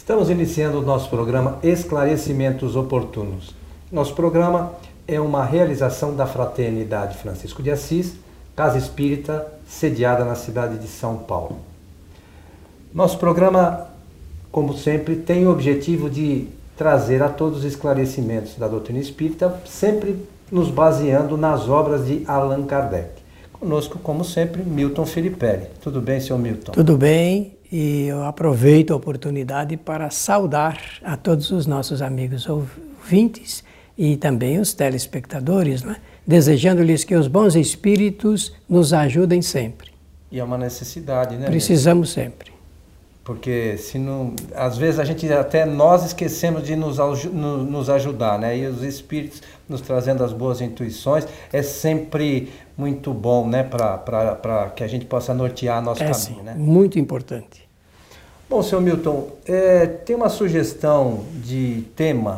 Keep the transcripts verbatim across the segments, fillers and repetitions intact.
Estamos iniciando o nosso programa Esclarecimentos Oportunos. Nosso programa é uma realização da Fraternidade Francisco de Assis, Casa Espírita, sediada na cidade de São Paulo. Nosso programa, como sempre, tem o objetivo de trazer a todos os esclarecimentos da doutrina espírita, sempre nos baseando nas obras de Allan Kardec. Conosco, como sempre, Milton Filipelli. Tudo bem, senhor Milton? Tudo bem, e eu aproveito a oportunidade para saudar a todos os nossos amigos ouvintes e também os telespectadores, né? Desejando-lhes que os bons espíritos nos ajudem sempre. E é uma necessidade, né? Precisamos sempre. Porque se não, às vezes a gente até nós esquecemos de nos, nos ajudar, né? E os espíritos nos trazendo as boas intuições é sempre muito bom, né? Para que a gente possa nortear nosso é, caminho, sim, né? Muito importante. Bom, senhor Milton, é, tem uma sugestão de tema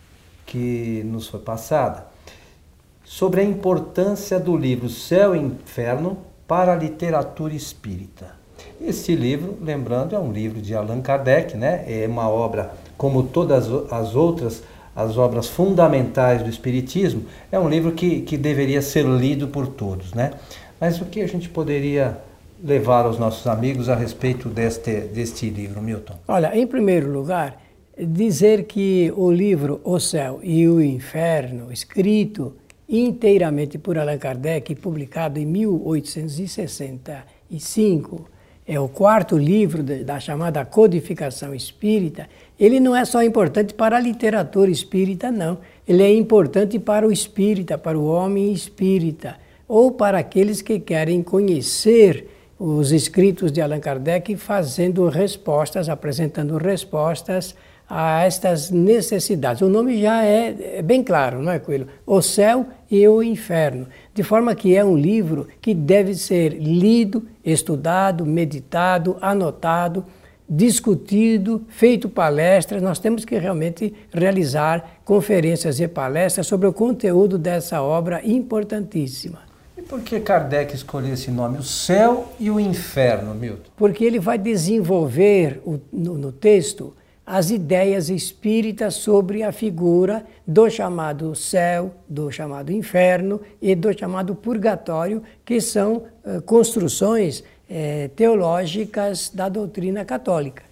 que nos foi passada sobre a importância do livro Céu e Inferno para a literatura espírita. Esse livro, lembrando, é um livro de Allan Kardec, né? É uma obra, como todas as outras, as obras fundamentais do Espiritismo, é um livro que, que deveria ser lido por todos, né? Mas o que a gente poderia levar aos nossos amigos a respeito deste, deste livro, Milton? Olha, em primeiro lugar, dizer que o livro O Céu e o Inferno, escrito inteiramente por Allan Kardec, publicado em mil oitocentos e sessenta e cinco, é o quarto livro da chamada Codificação Espírita, ele não é só importante para a literatura espírita, não. Ele é importante para o espírita, para o homem espírita, ou para aqueles que querem conhecer os escritos de Allan Kardec, fazendo respostas, apresentando respostas a estas necessidades. O nome já é, é bem claro, não é, Coelho? O Céu e o Inferno. De forma que é um livro que deve ser lido, estudado, meditado, anotado, discutido, feito palestras. Nós temos que realmente realizar conferências e palestras sobre o conteúdo dessa obra importantíssima. E por que Kardec escolheu esse nome, o Céu e o Inferno, Milton? Porque ele vai desenvolver o, no, no texto as ideias espíritas sobre a figura do chamado céu, do chamado inferno e do chamado purgatório, que são uh, construções uh, teológicas da doutrina católica.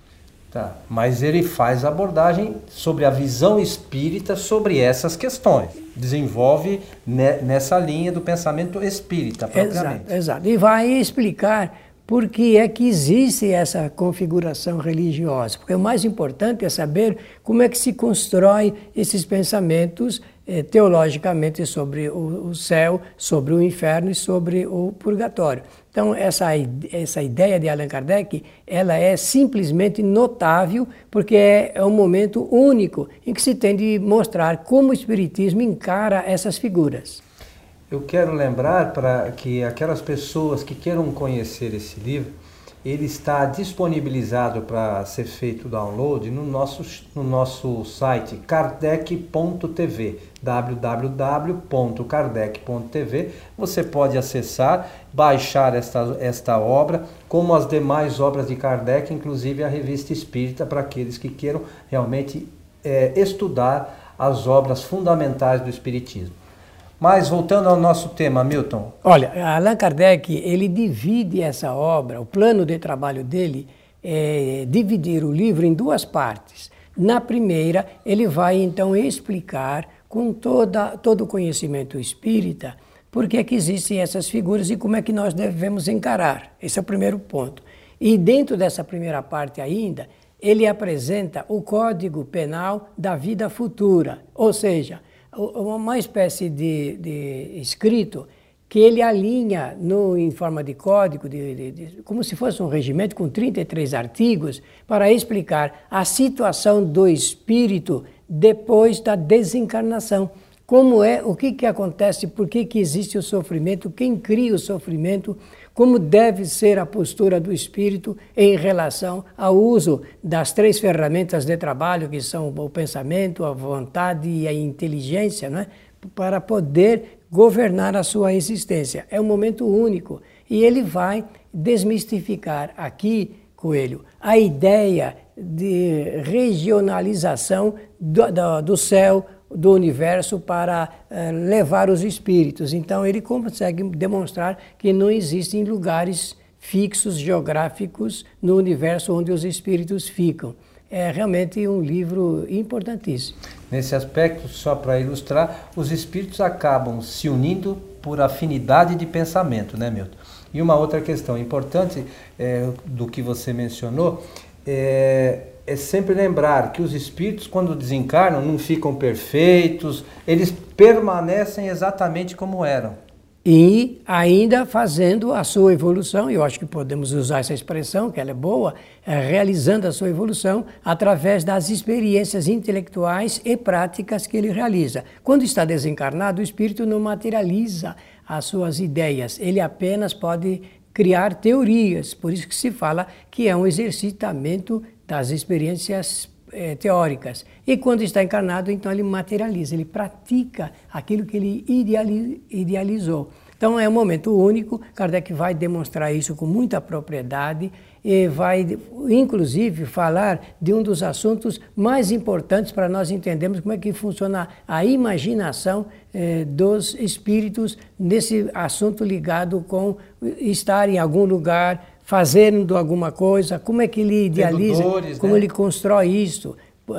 Tá, mas ele faz abordagem sobre a visão espírita sobre essas questões. Desenvolve ne, nessa linha do pensamento espírita, propriamente. Exato, exato. E vai explicar por que é que existe essa configuração religiosa. Porque o mais importante é saber como é que se constrói esses pensamentos eh, teologicamente sobre o, o céu, sobre o inferno e sobre o purgatório. Então, essa, essa ideia de Allan Kardec, ela é simplesmente notável, porque é, é um momento único em que se tem de mostrar como o Espiritismo encara essas figuras. Eu quero lembrar para que aquelas pessoas que queiram conhecer esse livro, ele está disponibilizado para ser feito o download no nosso, no nosso site kardec ponto t v, w w w ponto kardec ponto t v. Você pode acessar, baixar esta, esta obra, como as demais obras de Kardec, inclusive a Revista Espírita, para aqueles que queiram realmente é, estudar as obras fundamentais do Espiritismo. Mas voltando ao nosso tema, Milton. Olha, Allan Kardec, ele divide essa obra, o plano de trabalho dele é dividir o livro em duas partes. Na primeira, ele vai então explicar com toda, todo o conhecimento espírita por que é que existem essas figuras e como é que nós devemos encarar. Esse é o primeiro ponto. E dentro dessa primeira parte ainda, ele apresenta o Código Penal da Vida Futura, ou seja, uma espécie de, de escrito que ele alinha no, em forma de código, de, de, de, como se fosse um regimento com trinta e três artigos, para explicar a situação do espírito depois da desencarnação. Como é, o que, que acontece, por que, que existe o sofrimento, quem cria o sofrimento, como deve ser a postura do espírito em relação ao uso das três ferramentas de trabalho, que são o pensamento, a vontade e a inteligência, não é? Para poder governar a sua existência. É um momento único e ele vai desmistificar aqui Coelho, a ideia de regionalização do, do, do céu, do universo para uh, levar os espíritos. Então ele consegue demonstrar que não existem lugares fixos, geográficos no universo onde os espíritos ficam. É realmente um livro importantíssimo. Nesse aspecto, só para ilustrar, os espíritos acabam se unindo por afinidade de pensamento, né, Milton? E uma outra questão importante é, do que você mencionou é, é sempre lembrar que os espíritos, quando desencarnam, não ficam perfeitos, eles permanecem exatamente como eram. E ainda fazendo a sua evolução, eu acho que podemos usar essa expressão, que ela é boa, é, realizando a sua evolução através das experiências intelectuais e práticas que ele realiza. Quando está desencarnado, o espírito não materializa as suas ideias, ele apenas pode criar teorias, por isso que se fala que é um exercitamento das experiências é, teóricas. E quando está encarnado, então ele materializa, ele pratica aquilo que ele ideali- idealizou. Então é um momento único, Kardec vai demonstrar isso com muita propriedade e vai, inclusive, falar de um dos assuntos mais importantes para nós entendermos como é que funciona a imaginação eh, dos espíritos nesse assunto ligado com estar em algum lugar, fazendo alguma coisa, como é que ele idealiza, dores, como né? ele constrói isso.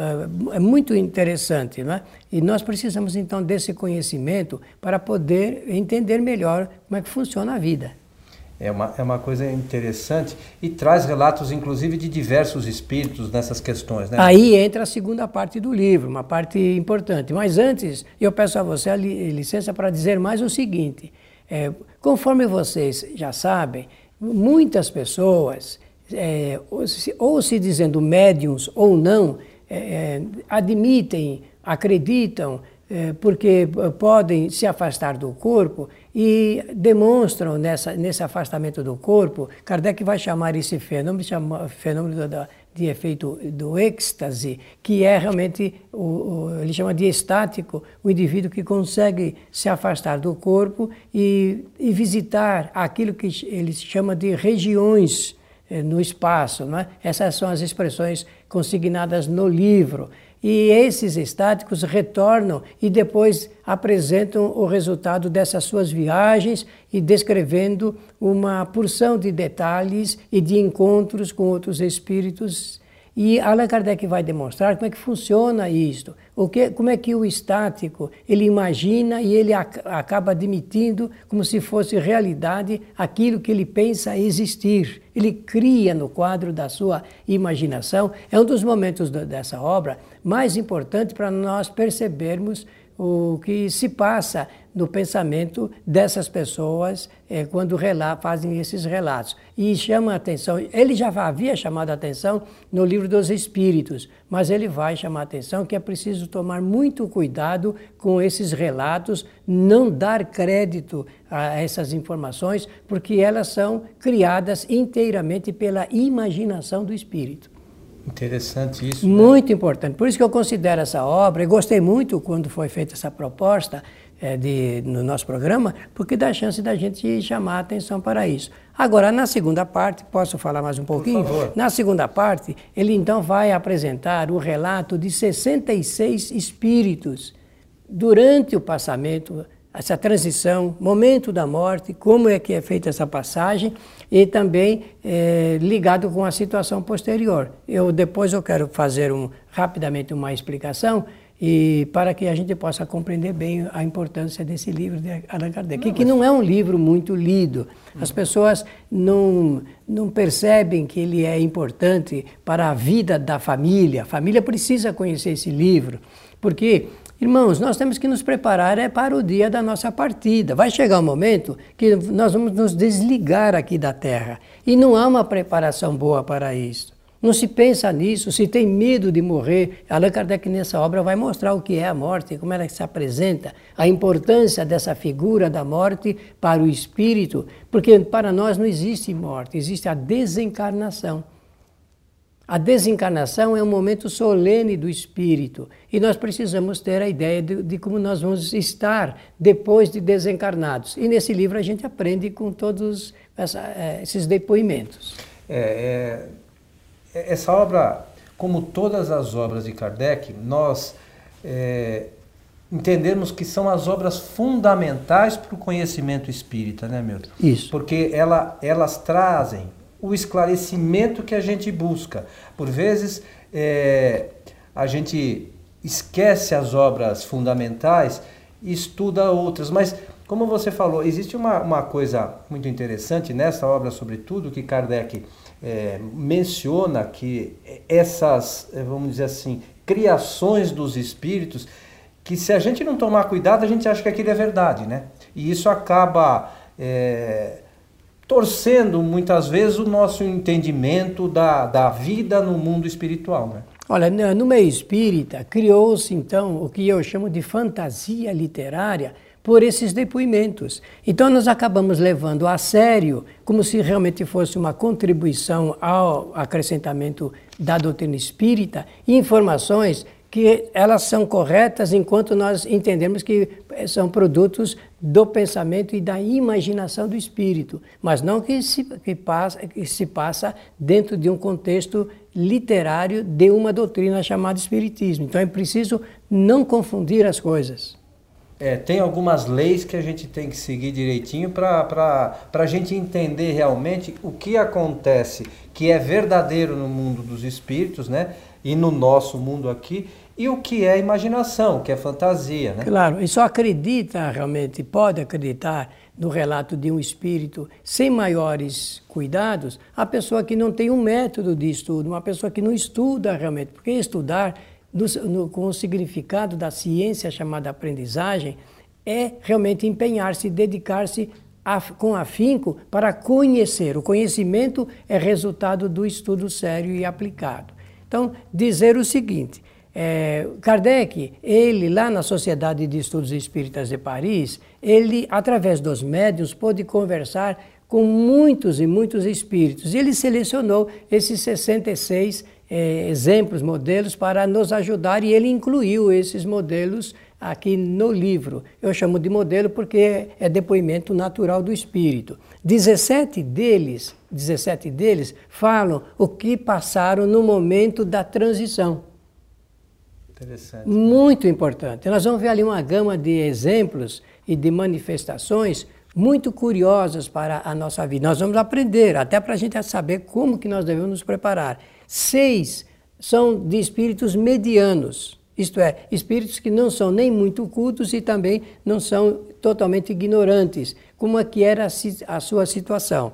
É muito interessante, não é? E nós precisamos então desse conhecimento para poder entender melhor como é que funciona a vida. É uma, é uma coisa interessante e traz relatos inclusive de diversos espíritos nessas questões, né? Aí entra a segunda parte do livro, uma parte importante. Mas antes, eu peço a você a li, licença para dizer mais o seguinte. É, conforme vocês já sabem, muitas pessoas, é, ou, se, ou se dizendo médiums ou não, É, admitem, acreditam, é, porque podem se afastar do corpo e demonstram nessa, nesse afastamento do corpo. Kardec vai chamar esse fenômeno, chama, fenômeno da, de efeito do êxtase, que é realmente, o, o, ele chama de estático, o indivíduo que consegue se afastar do corpo e, e visitar aquilo que ele chama de regiões no espaço, não é? Essas são as expressões consignadas no livro. E esses estáticos retornam e depois apresentam o resultado dessas suas viagens e descrevendo uma porção de detalhes e de encontros com outros espíritos. E Allan Kardec vai demonstrar como é que funciona isto, o que, como é que o estático, ele imagina e ele ac- acaba admitindo como se fosse realidade aquilo que ele pensa existir. Ele cria no quadro da sua imaginação. É um dos momentos do, dessa obra mais importante para nós percebermos o que se passa no pensamento dessas pessoas eh, quando rela- fazem esses relatos. E chama a atenção, ele já havia chamado a atenção no livro dos Espíritos, mas ele vai chamar a atenção que é preciso tomar muito cuidado com esses relatos, não dar crédito a essas informações, porque elas são criadas inteiramente pela imaginação do espírito. Interessante isso. Muito né? importante. Por isso que eu considero essa obra, e gostei muito quando foi feita essa proposta é, de, no nosso programa, porque dá chance da gente chamar a atenção para isso. Agora, na segunda parte, posso falar mais um pouquinho? Por favor. Na segunda parte, ele então vai apresentar o relato de sessenta e seis espíritos durante o passamento, essa transição, momento da morte, como é que é feita essa passagem e também é, ligado com a situação posterior. Eu depois eu quero fazer um, rapidamente uma explicação e para que a gente possa compreender bem a importância desse livro de Allan Kardec, não, que, que não é um livro muito lido. As pessoas não, não percebem que ele é importante para a vida da família. A família precisa conhecer esse livro, porque... Irmãos, nós temos que nos preparar é para o dia da nossa partida. Vai chegar um momento que nós vamos nos desligar aqui da Terra. E não há uma preparação boa para isso. Não se pensa nisso, se tem medo de morrer. Allan Kardec nessa obra vai mostrar o que é a morte, como ela se apresenta, a importância dessa figura da morte para o espírito, porque para nós não existe morte, existe a desencarnação. A desencarnação é um momento solene do espírito e nós precisamos ter a ideia de, de como nós vamos estar depois de desencarnados. E nesse livro a gente aprende com todos essa, esses depoimentos. É, é, essa obra, como todas as obras de Kardec, nós é, entendemos que são as obras fundamentais para o conhecimento espírita, né, Milton? Isso. Porque ela, elas trazem o esclarecimento que a gente busca. Por vezes, é, a gente esquece as obras fundamentais e estuda outras, mas, como você falou, existe uma, uma coisa muito interessante nessa obra, sobretudo, que Kardec é, menciona, que essas, vamos dizer assim, criações dos espíritos, que se a gente não tomar cuidado, a gente acha que aquilo é verdade, né? E isso acaba é, torcendo, muitas vezes, o nosso entendimento da, da vida no mundo espiritual, né? Olha, no meio espírita, criou-se, então, o que eu chamo de fantasia literária por esses depoimentos. Então, nós acabamos levando a sério, como se realmente fosse uma contribuição ao acrescentamento da doutrina espírita, informações que elas são corretas enquanto nós entendemos que são produtos do pensamento e da imaginação do espírito, mas não que se, que passa, que se passa dentro de um contexto literário de uma doutrina chamada espiritismo. Então é preciso não confundir as coisas. É, tem algumas leis que a gente tem que seguir direitinho para a gente entender realmente o que acontece, que é verdadeiro no mundo dos espíritos, né? E no nosso mundo aqui, e o que é imaginação, o que é fantasia, né? Claro, e só acredita realmente, pode acreditar no relato de um espírito sem maiores cuidados, a pessoa que não tem um método de estudo, uma pessoa que não estuda realmente, porque estudar no, no, com o significado da ciência chamada aprendizagem é realmente empenhar-se, dedicar-se a, com afinco para conhecer. O conhecimento é resultado do estudo sério e aplicado. Então, dizer o seguinte, é, Kardec, ele lá na Sociedade de Estudos Espíritas de Paris, ele, através dos médiuns, pôde conversar com muitos e muitos espíritos. Ele selecionou esses sessenta e seis é, exemplos, modelos, para nos ajudar, e ele incluiu esses modelos aqui no livro. Eu chamo de modelo porque é depoimento natural do espírito. dezessete deles, dezessete deles falam o que passaram no momento da transição. Interessante. Muito importante. Nós vamos ver ali uma gama de exemplos e de manifestações muito curiosas para a nossa vida. Nós vamos aprender, até para a gente saber como que nós devemos nos preparar. Seis são de espíritos medianos. Isto é, espíritos que não são nem muito cultos e também não são totalmente ignorantes, como é que era a sua situação.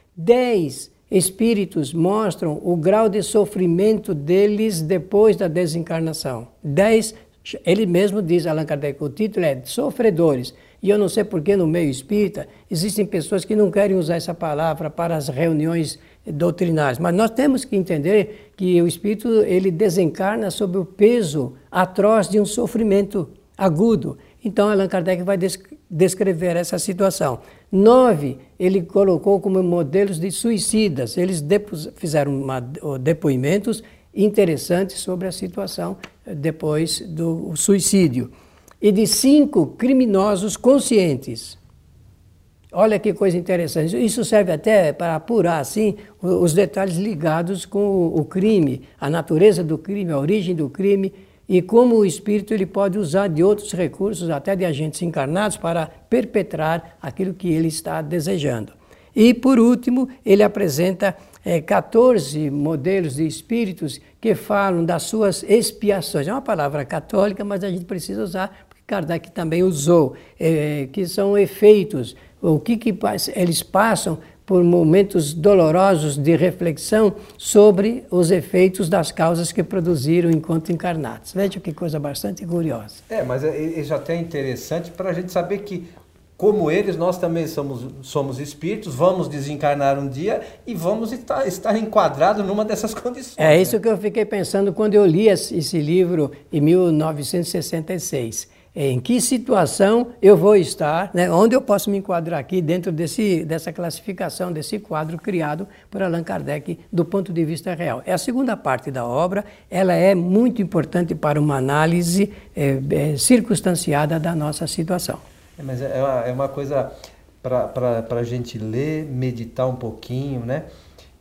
Dez espíritos mostram o grau de sofrimento deles depois da desencarnação. Dez, ele mesmo diz, Allan Kardec, o título é Sofredores. E eu não sei porque no meio espírita existem pessoas que não querem usar essa palavra para as reuniões doutrinárias, mas nós temos que entender que o espírito ele desencarna sob o peso atroz de um sofrimento agudo. Então Allan Kardec vai descrever essa situação. Nove, ele colocou como modelos de suicidas. Eles depus, fizeram uma, depoimentos interessantes sobre a situação depois do suicídio. E de cinco criminosos conscientes. Olha que coisa interessante. Isso serve até para apurar assim, os detalhes ligados com o crime, a natureza do crime, a origem do crime e como o espírito ele pode usar de outros recursos, até de agentes encarnados, para perpetrar aquilo que ele está desejando. E, por último, ele apresenta é, quatorze modelos de espíritos que falam das suas expiações. É uma palavra católica, mas a gente precisa usar, porque Kardec também usou, é, que são efeitos, o que, que eles passam por momentos dolorosos de reflexão sobre os efeitos das causas que produziram enquanto encarnados. Veja que coisa bastante curiosa. É, mas é, é já até interessante para a gente saber que, como eles, nós também somos, somos espíritos, vamos desencarnar um dia e vamos estar, estar enquadrados numa dessas condições. É isso, né? Que eu fiquei pensando quando eu li esse livro em mil novecentos e sessenta e seis. Em que situação eu vou estar, né? Onde eu posso me enquadrar aqui dentro desse, dessa classificação, desse quadro criado por Allan Kardec do ponto de vista real. É a segunda parte da obra, ela é muito importante para uma análise é, é, circunstanciada da nossa situação. É, mas é uma, é uma coisa para a gente ler, meditar um pouquinho, né?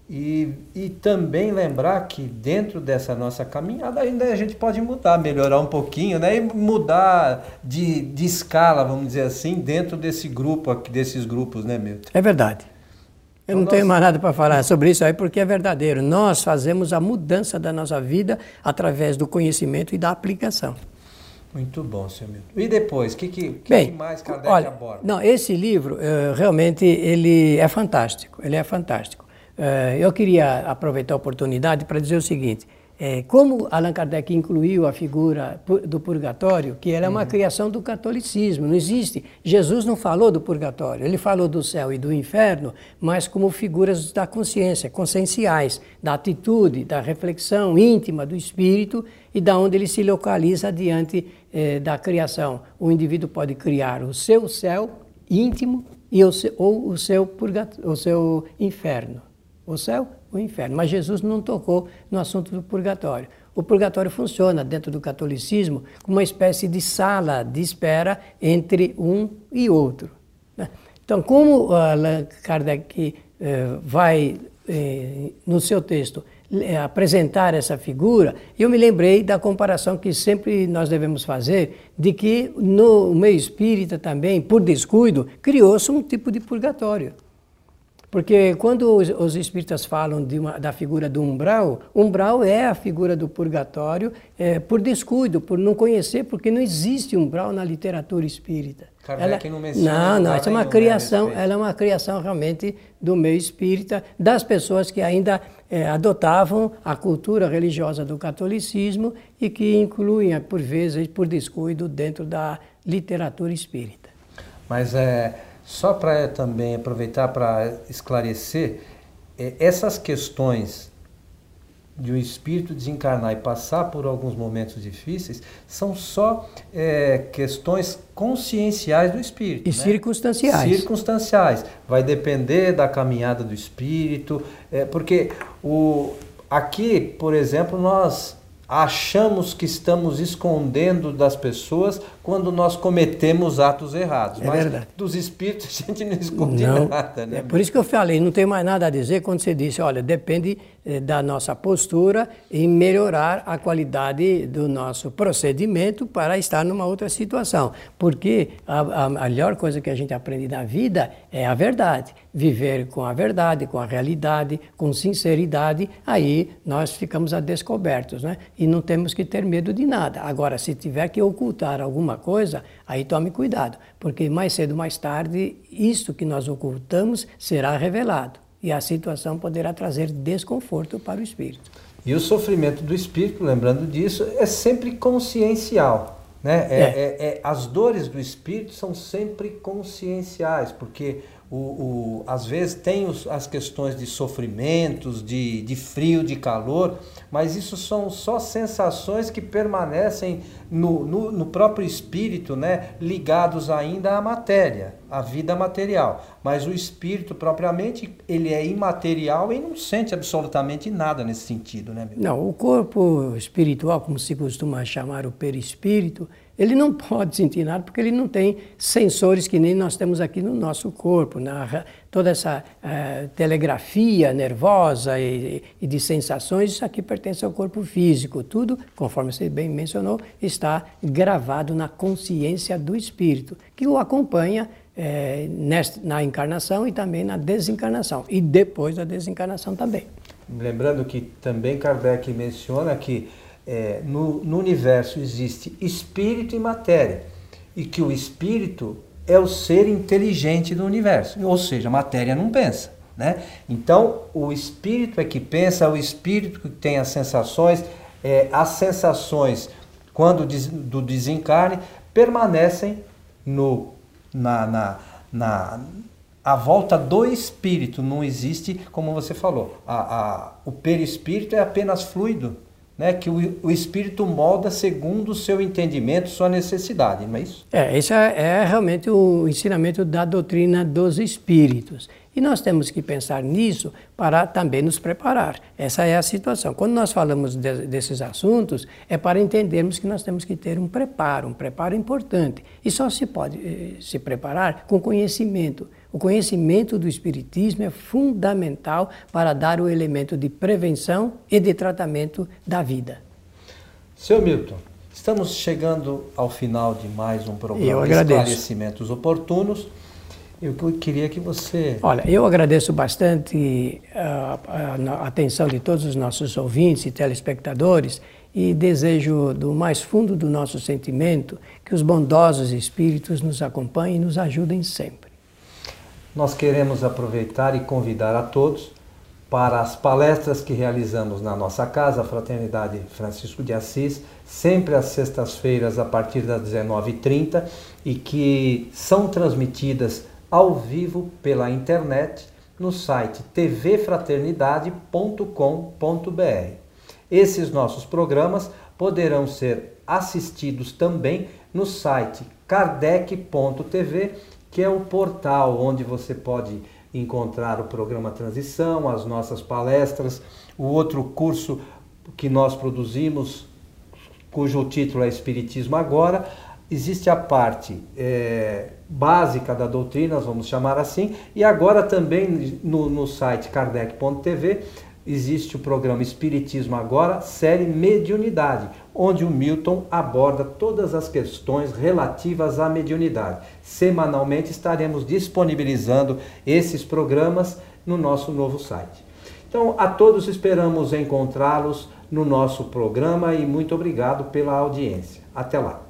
E, e também lembrar que dentro dessa nossa caminhada ainda a gente pode mudar, melhorar um pouquinho, né? E mudar de, de escala, vamos dizer assim, dentro desse grupo aqui, desses grupos, né, Milton? É verdade. Eu então não nós... tenho mais nada para falar sobre isso aí, porque é verdadeiro. Nós fazemos a mudança da nossa vida através do conhecimento e da aplicação. Muito bom, senhor Milton. E depois, o que, que, que, Bem, que mais Kardec olha, aborda? Não, esse livro, uh, realmente, ele é fantástico. Ele é fantástico. Uh, eu queria aproveitar a oportunidade para dizer o seguinte. É, como Allan Kardec incluiu a figura do purgatório, que ela é uma uhum. criação do catolicismo, não existe. Jesus não falou do purgatório, ele falou do céu e do inferno, mas como figuras da consciência, conscienciais, da atitude, da reflexão íntima do espírito e da onde ele se localiza diante eh, da criação. O indivíduo pode criar o seu céu íntimo e o seu, ou o seu, purgatório, o seu inferno. O céu, o inferno. Mas Jesus não tocou no assunto do purgatório. O purgatório funciona dentro do catolicismo como uma espécie de sala de espera entre um e outro. Né? Então, como Allan Kardec eh, vai, eh, no seu texto, eh, apresentar essa figura, eu me lembrei da comparação que sempre nós devemos fazer, de que no meio espírita também, por descuido, criou-se um tipo de purgatório. Porque quando os, os espíritas falam de uma, da figura do umbral, umbral é a figura do purgatório é, por descuido, por não conhecer, porque não existe umbral na literatura espírita. Kardec não menciona. Não, não, essa é uma criação, ela é uma criação realmente do meio espírita, das pessoas que ainda é, adotavam a cultura religiosa do catolicismo e que incluem, por vezes, por descuido, dentro da literatura espírita. Mas é... Só para também aproveitar para esclarecer, essas questões de o espírito desencarnar e passar por alguns momentos difíceis são só é, questões conscienciais do espírito. E né? circunstanciais. Circunstanciais. Vai depender da caminhada do espírito, é, porque o, aqui, por exemplo, nós achamos que estamos escondendo das pessoas quando nós cometemos atos errados. É mas verdade. Dos espíritos a gente não esconde não, nada. Né? É por isso que eu falei, não tem mais nada a dizer quando você disse, olha, depende eh, da nossa postura em melhorar a qualidade do nosso procedimento para estar numa outra situação. Porque a, a melhor coisa que a gente aprende na vida é a verdade. Viver com a verdade, com a realidade, com sinceridade, aí nós ficamos a descobertos, né? E não temos que ter medo de nada. Agora, se tiver que ocultar alguma coisa, aí tome cuidado, porque mais cedo ou mais tarde, isto que nós ocultamos será revelado e a situação poderá trazer desconforto para o espírito. E o sofrimento do espírito, lembrando disso, é sempre consciencial, né? É, é. É, é, as dores do espírito são sempre conscienciais, porque O, o, às vezes tem os, as questões de sofrimentos, de, de frio, de calor, mas isso são só sensações que permanecem no, no, no próprio espírito, né, ligados ainda à matéria, à vida material. Mas o espírito propriamente, ele é imaterial e não sente absolutamente nada nesse sentido, né? Meu? Não, o corpo espiritual, como se costuma chamar o perispírito, ele não pode sentir nada porque ele não tem sensores que nem nós temos aqui no nosso corpo. Na, toda essa uh, telegrafia nervosa e, e de sensações, isso aqui pertence ao corpo físico. Tudo, conforme você bem mencionou, está gravado na consciência do espírito, que o acompanha eh, nesta, na encarnação e também na desencarnação, e depois da desencarnação também. Lembrando que também Kardec menciona que É, no, no universo existe espírito e matéria, e que o espírito é o ser inteligente do universo, ou seja, a matéria não pensa, né? Então, o espírito é que pensa, o espírito que tem as sensações, é, as sensações, quando des, do desencarne, permanecem no, na, na, na, à volta do espírito, não existe, como você falou, a, a, o perispírito é apenas fluido, né, que o, o espírito molda segundo o seu entendimento, sua necessidade, não é isso? É, esse é, é realmente o ensinamento da doutrina dos espíritos. E nós temos que pensar nisso para também nos preparar. Essa é a situação. Quando nós falamos de, desses assuntos, é para entendermos que nós temos que ter um preparo, um preparo importante. E só se pode eh, se preparar com conhecimento. O conhecimento do Espiritismo é fundamental para dar o elemento de prevenção e de tratamento da vida. Seu Milton, estamos chegando ao final de mais um programa eu de agradeço. Esclarecimentos Oportunos. Eu queria que você... Olha, eu agradeço bastante a, a, a atenção de todos os nossos ouvintes e telespectadores e desejo do mais fundo do nosso sentimento que os bondosos espíritos nos acompanhem e nos ajudem sempre. Nós queremos aproveitar e convidar a todos para as palestras que realizamos na nossa casa, a Fraternidade Francisco de Assis, sempre às sextas-feiras a partir das dezenove e trinta e que são transmitidas ao vivo pela internet no site t v fraternidade ponto com ponto b r. Esses nossos programas poderão ser assistidos também no site kardec ponto t v, que é o portal onde você pode encontrar o programa Transição, as nossas palestras, o outro curso que nós produzimos, cujo título é Espiritismo Agora. Existe a parte é, básica da doutrina, vamos chamar assim, e agora também no, no site kardec ponto t v existe o programa Espiritismo Agora, série Mediunidade, onde o Milton aborda todas as questões relativas à mediunidade. Semanalmente estaremos disponibilizando esses programas no nosso novo site. Então, a todos esperamos encontrá-los no nosso programa e muito obrigado pela audiência. Até lá.